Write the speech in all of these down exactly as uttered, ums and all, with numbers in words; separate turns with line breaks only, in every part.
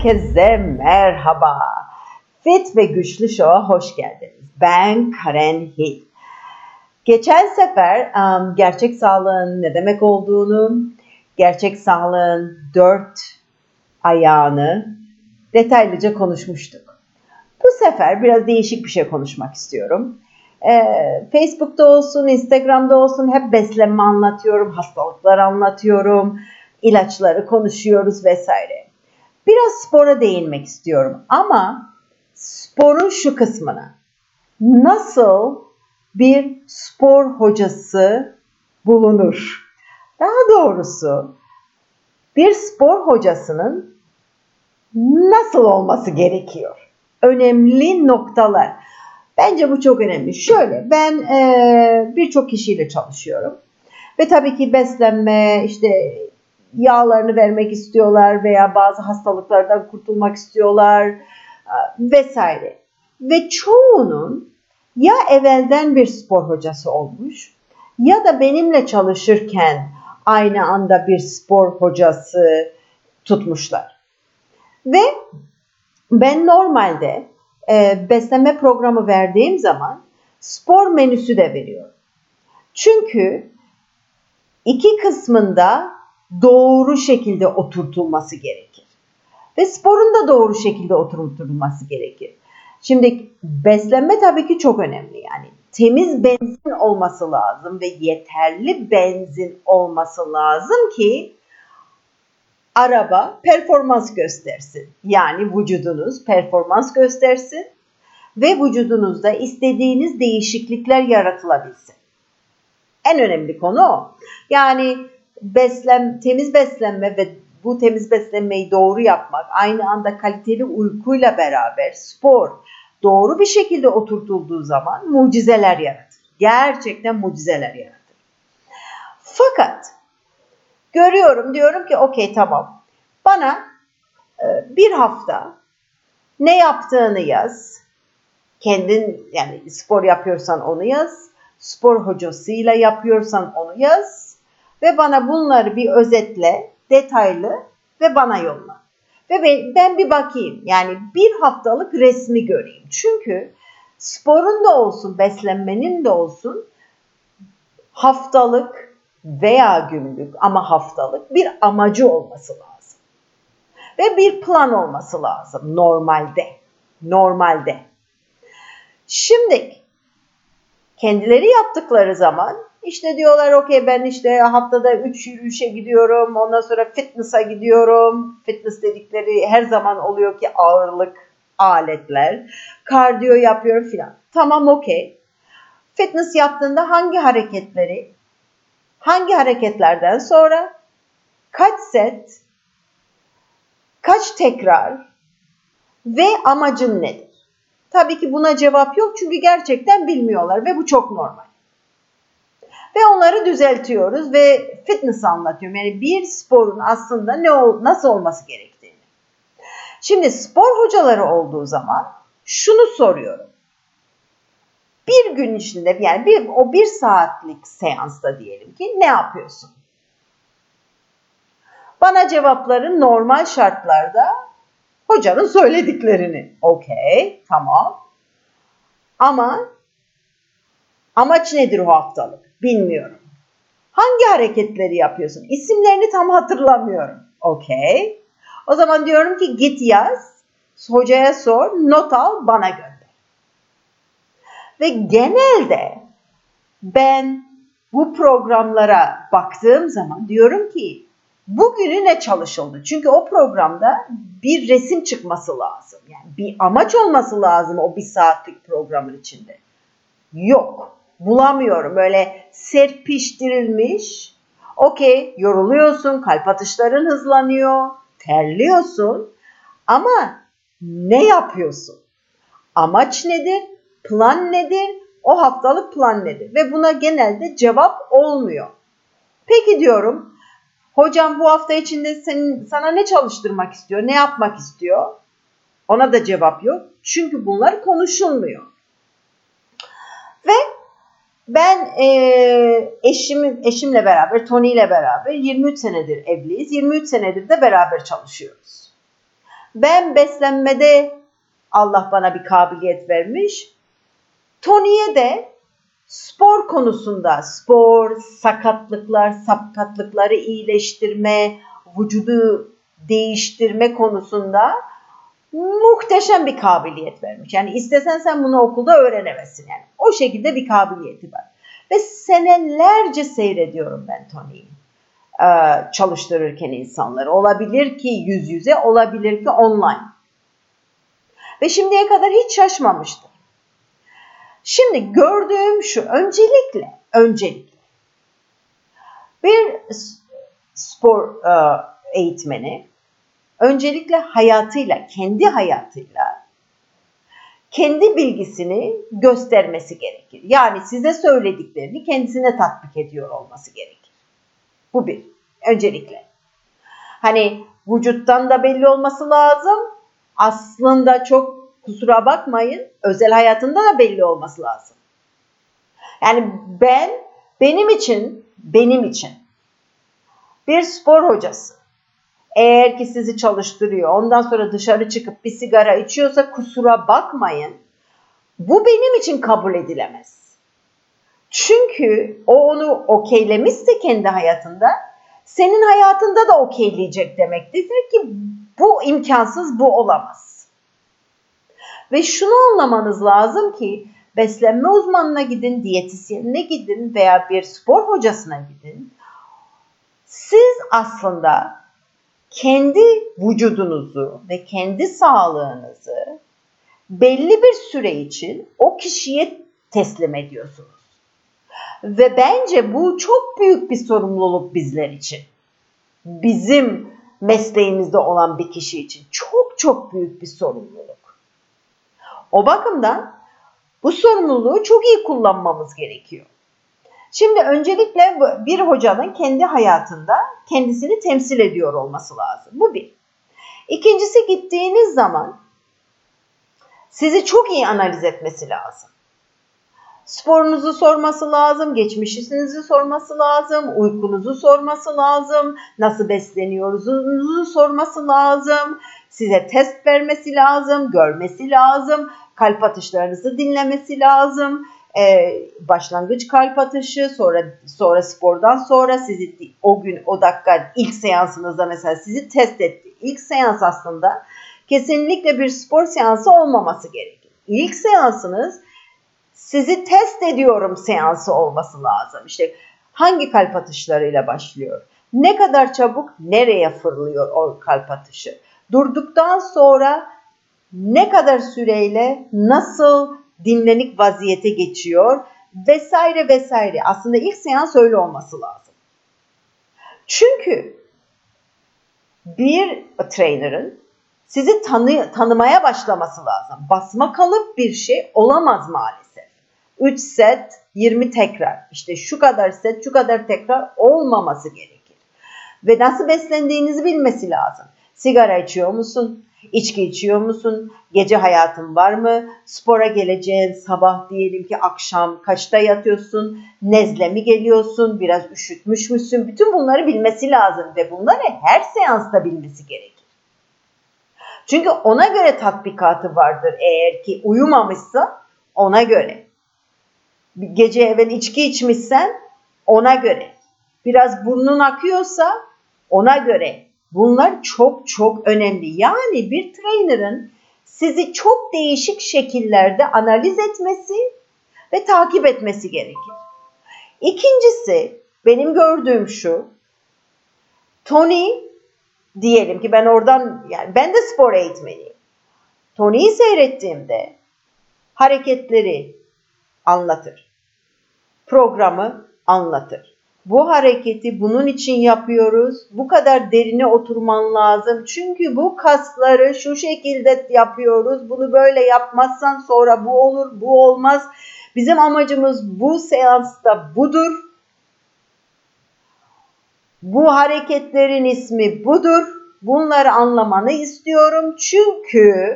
Herkese merhaba. Fit ve Güçlü Show'a hoş geldiniz. Ben Karen Hill. Geçen sefer um, gerçek sağlığın ne demek olduğunu, gerçek sağlığın dört ayağını detaylıca konuşmuştuk. Bu sefer biraz değişik bir şey konuşmak istiyorum. Ee, Facebook'ta olsun, Instagram'da olsun hep beslenme anlatıyorum, hastalıklar anlatıyorum, ilaçları konuşuyoruz vesaire. Biraz spora değinmek istiyorum ama sporun şu kısmına. Nasıl bir spor hocası bulunur? Daha doğrusu bir spor hocasının nasıl olması gerekiyor? Önemli noktalar. Bence bu çok önemli. Şöyle, ben e, birçok kişiyle çalışıyorum. Ve tabii ki beslenme, işte yağlarını vermek istiyorlar veya bazı hastalıklardan kurtulmak istiyorlar vesaire. Ve çoğunun ya evvelden bir spor hocası olmuş ya da benimle çalışırken aynı anda bir spor hocası tutmuşlar. Ve ben normalde e, beslenme programı verdiğim zaman spor menüsü de veriyorum. Çünkü iki kısmında doğru şekilde oturtulması gerekir. Ve sporun da doğru şekilde oturtulması gerekir. Şimdi beslenme tabii ki çok önemli. Yani temiz benzin olması lazım ve yeterli benzin olması lazım ki araba performans göstersin. Yani vücudunuz performans göstersin ve vücudunuzda istediğiniz değişiklikler yaratılabilsin. En önemli konu o. Yani beslen, temiz beslenme ve bu temiz beslenmeyi doğru yapmak, aynı anda kaliteli uykuyla beraber spor doğru bir şekilde oturtulduğu zaman mucizeler yaratır. Gerçekten mucizeler yaratır. Fakat görüyorum, diyorum ki okey tamam. Bana e, bir hafta ne yaptığını yaz. Kendin yani spor yapıyorsan onu yaz. Spor hocasıyla yapıyorsan onu yaz. Ve bana bunları bir özetle, detaylı ve bana yolla. Ve ben, ben bir bakayım. Yani bir haftalık resmi göreyim. Çünkü sporun da olsun, beslenmenin de olsun haftalık veya günlük ama haftalık bir amacı olması lazım. Ve bir plan olması lazım normalde. Normalde. Şimdi kendileri yaptıkları zaman işte diyorlar okey ben işte haftada üç yürüyüşe gidiyorum, ondan sonra fitness'a gidiyorum. Fitness dedikleri her zaman oluyor ki ağırlık aletler, kardiyo yapıyorum filan. Tamam okey. Fitness yaptığında hangi hareketleri, hangi hareketlerden sonra kaç set, kaç tekrar ve amacın nedir? Tabii ki buna cevap yok çünkü gerçekten bilmiyorlar ve bu çok normal. Ve onları düzeltiyoruz ve fitness anlatıyorum. Yani bir sporun aslında ne ol, nasıl olması gerektiğini. Şimdi spor hocaları olduğu zaman şunu soruyorum. Bir gün içinde yani bir, o bir saatlik seansta diyelim ki ne yapıyorsun? Bana cevapları normal şartlarda hocanın söylediklerini. Okey, tamam. Ama amaç nedir o haftalık? Bilmiyorum. Hangi hareketleri yapıyorsun? İsimlerini tam hatırlamıyorum. Okey. O zaman diyorum ki git yaz, hocaya sor, not al, bana gönder. Ve genelde ben bu programlara baktığım zaman diyorum ki bugünü ne çalışıldı? Çünkü o programda bir resim çıkması lazım. Yani bir amaç olması lazım o bir saatlik programın içinde. Yok. Bulamıyorum. Böyle serpiştirilmiş. Okey, yoruluyorsun, kalp atışların hızlanıyor, terliyorsun. Ama ne yapıyorsun? Amaç nedir? Plan nedir? O haftalık plan nedir? Ve buna genelde cevap olmuyor. Peki diyorum, hocam bu hafta içinde senin, sana ne çalıştırmak istiyor, ne yapmak istiyor? Ona da cevap yok. Çünkü bunlar konuşulmuyor. Ve ben e, eşim, eşimle beraber, Tony ile beraber yirmi üç senedir evliyiz. yirmi üç senedir de beraber çalışıyoruz. Ben beslenmede Allah bana bir kabiliyet vermiş. Tony'ye de spor konusunda, spor, sakatlıklar, sakatlıkları iyileştirme, vücudu değiştirme konusunda muhteşem bir kabiliyet vermiş. Yani istesen sen bunu okulda öğrenemezsin yani. O şekilde bir kabiliyeti var. Ve senelerce seyrediyorum ben Tony'yi ee, çalıştırırken insanları. Olabilir ki yüz yüze, olabilir ki online. Ve şimdiye kadar hiç şaşmamıştım. Şimdi gördüğüm şu, öncelikle, öncelikle bir spor e, eğitmeni öncelikle hayatıyla, kendi hayatıyla, kendi bilgisini göstermesi gerekir. Yani size söylediklerini kendisine tatbik ediyor olması gerekir. Bu bir, öncelikle. Hani vücuttan da belli olması lazım. Aslında çok kusura bakmayın, özel hayatında da belli olması lazım. Yani ben, benim için, benim için bir spor hocası eğer ki sizi çalıştırıyor, ondan sonra dışarı çıkıp bir sigara içiyorsa kusura bakmayın, bu benim için kabul edilemez. Çünkü o onu okeylemişse kendi hayatında, senin hayatında da okeyleyecek demektir ki bu imkansız, bu olamaz. Ve şunu anlamanız lazım ki beslenme uzmanına gidin, diyetisyenine gidin veya bir spor hocasına gidin. Siz aslında kendi vücudunuzu ve kendi sağlığınızı belli bir süre için o kişiye teslim ediyorsunuz. Ve bence bu çok büyük bir sorumluluk bizler için. Bizim mesleğimizde olan bir kişi için çok çok büyük bir sorumluluk. O bakımdan bu sorumluluğu çok iyi kullanmamız gerekiyor. Şimdi öncelikle bir hocanın kendi hayatında kendisini temsil ediyor olması lazım. Bu bir. İkincisi, gittiğiniz zaman sizi çok iyi analiz etmesi lazım. Sporunuzu sorması lazım, geçmişinizi sorması lazım, uykunuzu sorması lazım, nasıl besleniyorunuzu sorması lazım, size test vermesi lazım, görmesi lazım, kalp atışlarınızı dinlemesi lazım. Ee, başlangıç kalp atışı, sonra sonra spordan sonra sizi o gün o dakika ilk seansınızda mesela sizi test etti. İlk seans aslında kesinlikle bir spor seansı olmaması gerekir. İlk seansınız sizi test ediyorum seansı olması lazım. İşte hangi kalp atışlarıyla başlıyor? Ne kadar çabuk nereye fırlıyor o kalp atışı? Durduktan sonra ne kadar süreyle nasıl dinlenik vaziyete geçiyor vesaire vesaire. Aslında ilk seans öyle olması lazım. Çünkü bir trainer'ın sizi tanı tanımaya başlaması lazım. Basma kalıp bir şey olamaz maalesef. üç set, yirmi tekrar. İşte şu kadar set, şu kadar tekrar olmaması gerekir. Ve nasıl beslendiğinizi bilmesi lazım. Sigara içiyor musun? İçki içiyor musun? Gece hayatın var mı? Spora geleceğin sabah diyelim ki akşam kaçta yatıyorsun? Nezle mi geliyorsun? Biraz üşütmüş müsün? Bütün bunları bilmesi lazım ve bunları her seansta bilmesi gerekir. Çünkü ona göre tatbikatı vardır eğer ki uyumamışsa ona göre. Gece evvel içki içmişsen ona göre. Biraz burnun akıyorsa ona göre. Bunlar çok çok önemli. Yani bir trainer'ın sizi çok değişik şekillerde analiz etmesi ve takip etmesi gerekir. İkincisi, benim gördüğüm şu. Tony, diyelim ki ben oradan, yani ben de spor eğitmeniyim. Tony'yi seyrettiğimde hareketleri anlatır. Programı anlatır. Bu hareketi bunun için yapıyoruz. Bu kadar derine oturman lazım. Çünkü bu kasları şu şekilde yapıyoruz. Bunu böyle yapmazsan sonra bu olur, bu olmaz. Bizim amacımız bu seansta budur. Bu hareketlerin ismi budur. Bunları anlamanı istiyorum. Çünkü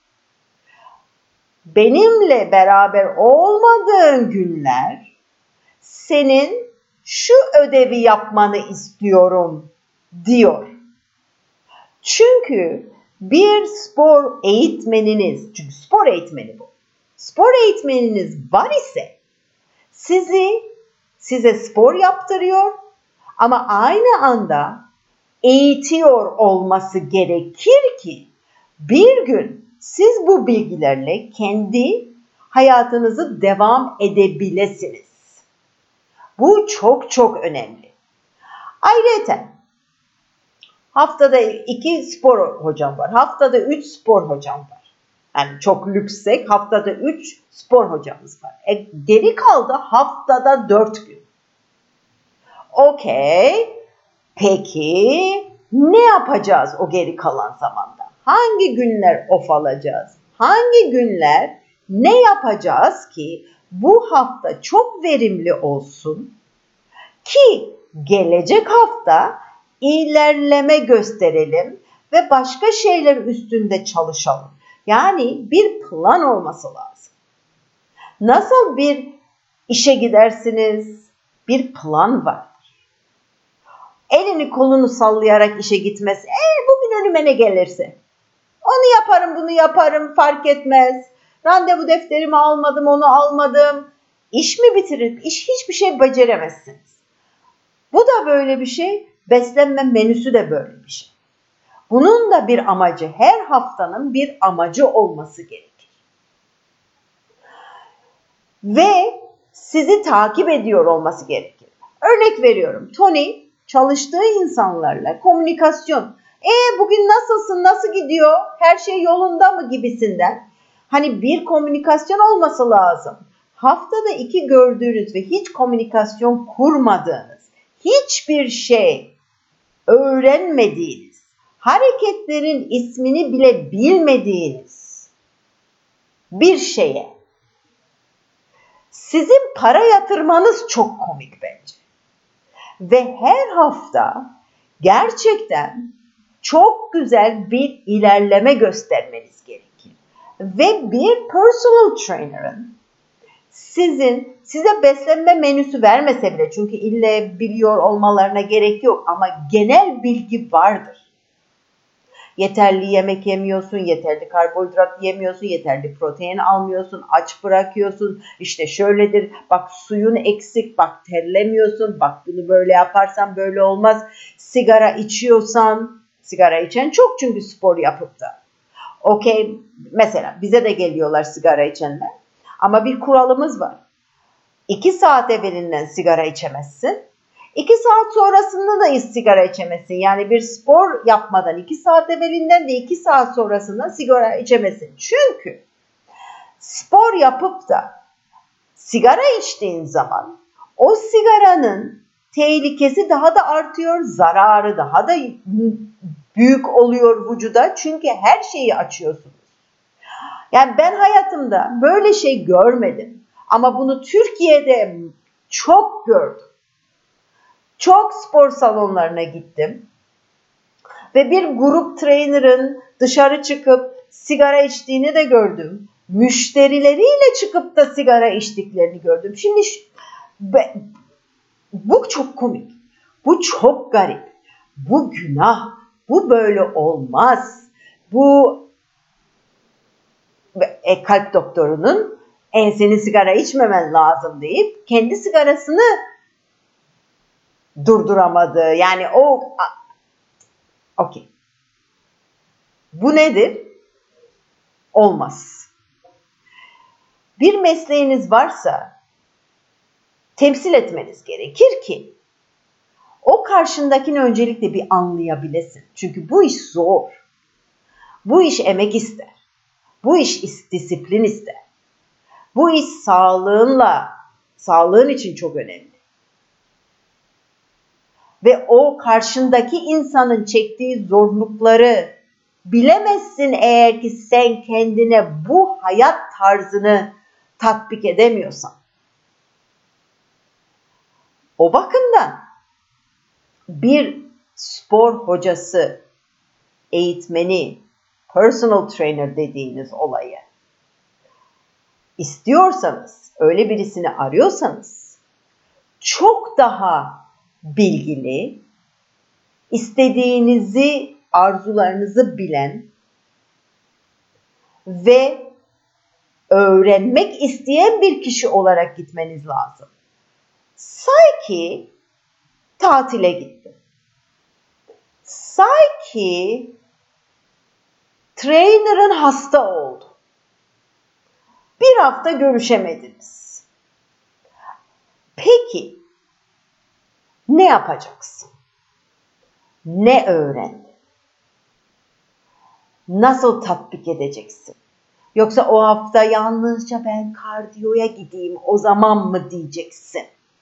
benimle beraber olmadığın günler senin şu ödevi yapmanı istiyorum diyor. Çünkü Bir spor eğitmeniniz, çünkü spor eğitmeni bu. Spor eğitmeniniz var ise sizi size spor yaptırıyor ama aynı anda eğitiyor olması gerekir ki bir gün siz bu bilgilerle kendi hayatınızı devam edebilesiniz. Bu çok çok önemli. Ayrıca haftada iki spor hocam var. Haftada üç spor hocam var. Yani çok lükssek haftada üç spor hocamız var. E, geri kaldı haftada dört gün. Okey. Peki ne yapacağız o geri kalan zamanda? Hangi günler off alacağız? Hangi günler ne yapacağız ki bu hafta çok verimli olsun ki gelecek hafta ilerleme gösterelim ve başka şeyler üstünde çalışalım. Yani bir plan olması lazım. Nasıl bir işe gidersiniz? Bir plan var. Elini kolunu sallayarak işe gitmez. E bugün önüme ne gelirse. Onu yaparım, bunu yaparım, fark etmez. Randevu defterimi almadım, onu almadım. İş mi bitirir? İş hiçbir şey beceremezsiniz. Bu da böyle bir şey. Beslenme menüsü de böyle bir şey. Bunun da bir amacı, her haftanın bir amacı olması gerekir. Ve sizi takip ediyor olması gerekir. Örnek veriyorum. Tony çalıştığı insanlarla komünikasyon. E bugün nasılsın, nasıl gidiyor, her şey yolunda mı gibisinden. Hani bir komünikasyon olması lazım. Haftada iki gördüğünüz ve hiç komünikasyon kurmadığınız, hiçbir şey öğrenmediğiniz, hareketlerin ismini bile bilmediğiniz bir şeye sizin para yatırmanız çok komik bence. Ve her hafta gerçekten çok güzel bir ilerleme göstermeniz gerekir. Ve bir personal trainer'ın sizin size beslenme menüsü vermese bile, çünkü ille biliyor olmalarına gerek yok ama genel bilgi vardır. Yeterli yemek yemiyorsun, yeterli karbonhidrat yemiyorsun, yeterli protein almıyorsun, aç bırakıyorsun, işte şöyledir, bak suyun eksik, bak terlemiyorsun, bak bunu böyle yaparsan böyle olmaz, sigara içiyorsan, sigara içen çok çünkü spor yapıp da. Okey, mesela bize de geliyorlar sigara içenler ama bir kuralımız var. İki saat evvelinden sigara içemezsin. İki saat sonrasında da sigara içemezsin. Yani bir spor yapmadan iki saat evvelinden de iki saat sonrasında sigara içemezsin. Çünkü spor yapıp da sigara içtiğin zaman o sigaranın tehlikesi daha da artıyor, zararı daha da büyük oluyor vücuda. Çünkü her şeyi açıyorsunuz. Yani ben hayatımda böyle şey görmedim. Ama bunu Türkiye'de çok gördüm. Çok spor salonlarına gittim ve bir grup trainer'ın dışarı çıkıp sigara içtiğini de gördüm. Müşterileriyle çıkıp da sigara içtiklerini gördüm. Şimdi bu çok komik, bu çok garip, bu günah, bu böyle olmaz. Bu e, kalp doktorunun e, senin sigara içmemen lazım deyip kendi sigarasını durduramadı. Yani o okey. Bu nedir? Olmaz. Bir mesleğiniz varsa temsil etmeniz gerekir ki o karşındakini öncelikle bir anlayabilesin. Çünkü bu iş zor. Bu iş emek ister. Bu iş disiplin ister. Bu iş sağlığınla, sağlığın için çok önemli. Ve o karşındaki insanın çektiği zorlukları bilemezsin eğer ki sen kendine bu hayat tarzını tatbik edemiyorsan. O bakımdan bir spor hocası, eğitmeni, personal trainer dediğiniz olayı istiyorsanız, öyle birisini arıyorsanız çok daha bilgili, istediğinizi, arzularınızı bilen ve öğrenmek isteyen bir kişi olarak gitmeniz lazım. Say ki tatile gittin. Say ki trainer'ın hasta oldu. Bir hafta görüşemediniz. Peki ne yapacaksın? Ne öğrendin? Nasıl tatbik edeceksin? Yoksa o hafta yalnızca ben kardiyoya gideyim o zaman mı diyeceksin?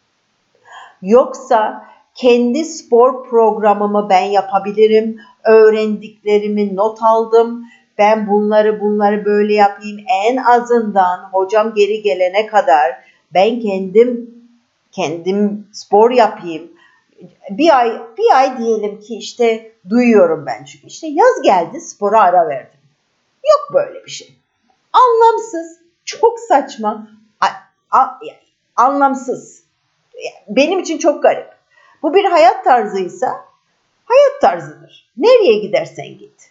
Yoksa kendi spor programımı ben yapabilirim, öğrendiklerimi not aldım, ben bunları bunları böyle yapayım, en azından hocam geri gelene kadar ben kendim kendim spor yapayım. Bir ay bir ay diyelim ki işte duyuyorum ben çünkü işte yaz geldi spora ara verdim. Yok böyle bir şey. Anlamsız, çok saçma, a, a, anlamsız. Benim için çok garip. Bu bir hayat tarzıysa hayat tarzıdır. Nereye gidersen git.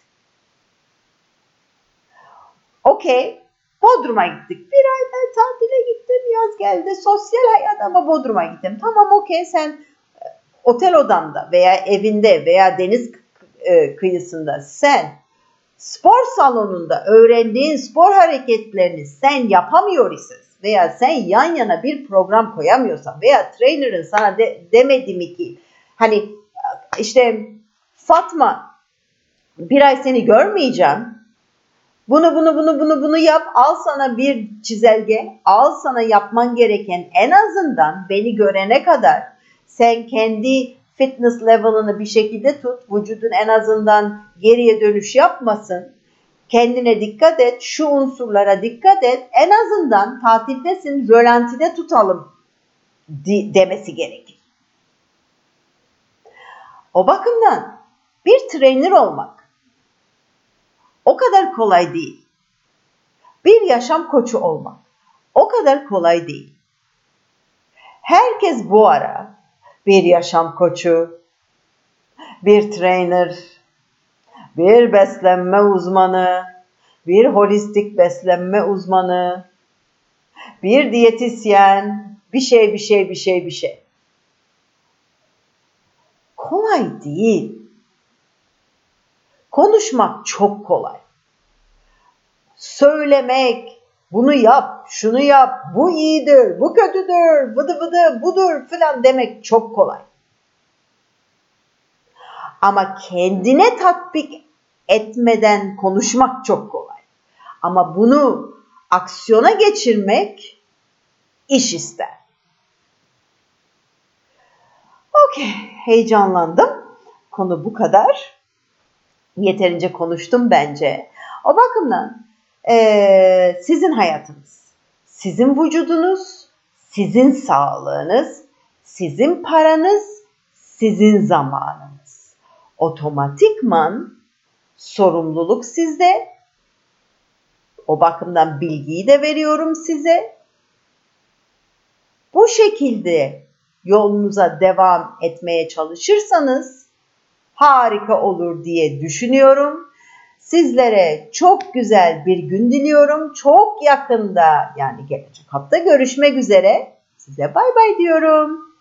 Okey, Bodrum'a gittik. Bir ay ben tatile gittim, yaz geldi, sosyal hayat ama Bodrum'a gittim. Tamam okey, sen otel odanda veya evinde veya deniz kıyısında sen spor salonunda öğrendiğin spor hareketlerini sen yapamıyor isen veya sen yan yana bir program koyamıyorsan veya trainer'ın sana de, demedi mi ki hani işte Fatma bir ay seni görmeyeceğim, bunu bunu bunu bunu bunu yap, al sana bir çizelge, al sana yapman gereken, en azından beni görene kadar sen kendi fitness level'ını bir şekilde tut, vücudun en azından geriye dönüş yapmasın, kendine dikkat et, şu unsurlara dikkat et, en azından tatildesin, rölantide tutalım demesi gerekir. O bakımdan bir trainer olmak o kadar kolay değil. Bir yaşam koçu olmak o kadar kolay değil. Herkes bu ara bir yaşam koçu, bir trainer, bir beslenme uzmanı, bir holistik beslenme uzmanı, bir diyetisyen, bir şey bir şey bir şey bir şey. Kolay değil. Konuşmak çok kolay. Söylemek, bunu yap, şunu yap, bu iyidir, bu kötüdür, vıdı vıdı, budur filan demek çok kolay. Ama kendine tatbik etmeden konuşmak çok kolay. Ama bunu aksiyona geçirmek iş ister. Okey, heyecanlandım. Konu bu kadar. Yeterince konuştum bence. O bakımdan ee, sizin hayatınız, sizin vücudunuz, sizin sağlığınız, sizin paranız, sizin zamanınız. Otomatikman sorumluluk sizde. O bakımdan bilgiyi de veriyorum size. Bu şekilde yolunuza devam etmeye çalışırsanız harika olur diye düşünüyorum. Sizlere çok güzel bir gün diliyorum. Çok yakında, yani gelecek hafta görüşmek üzere. Size bay bay diyorum.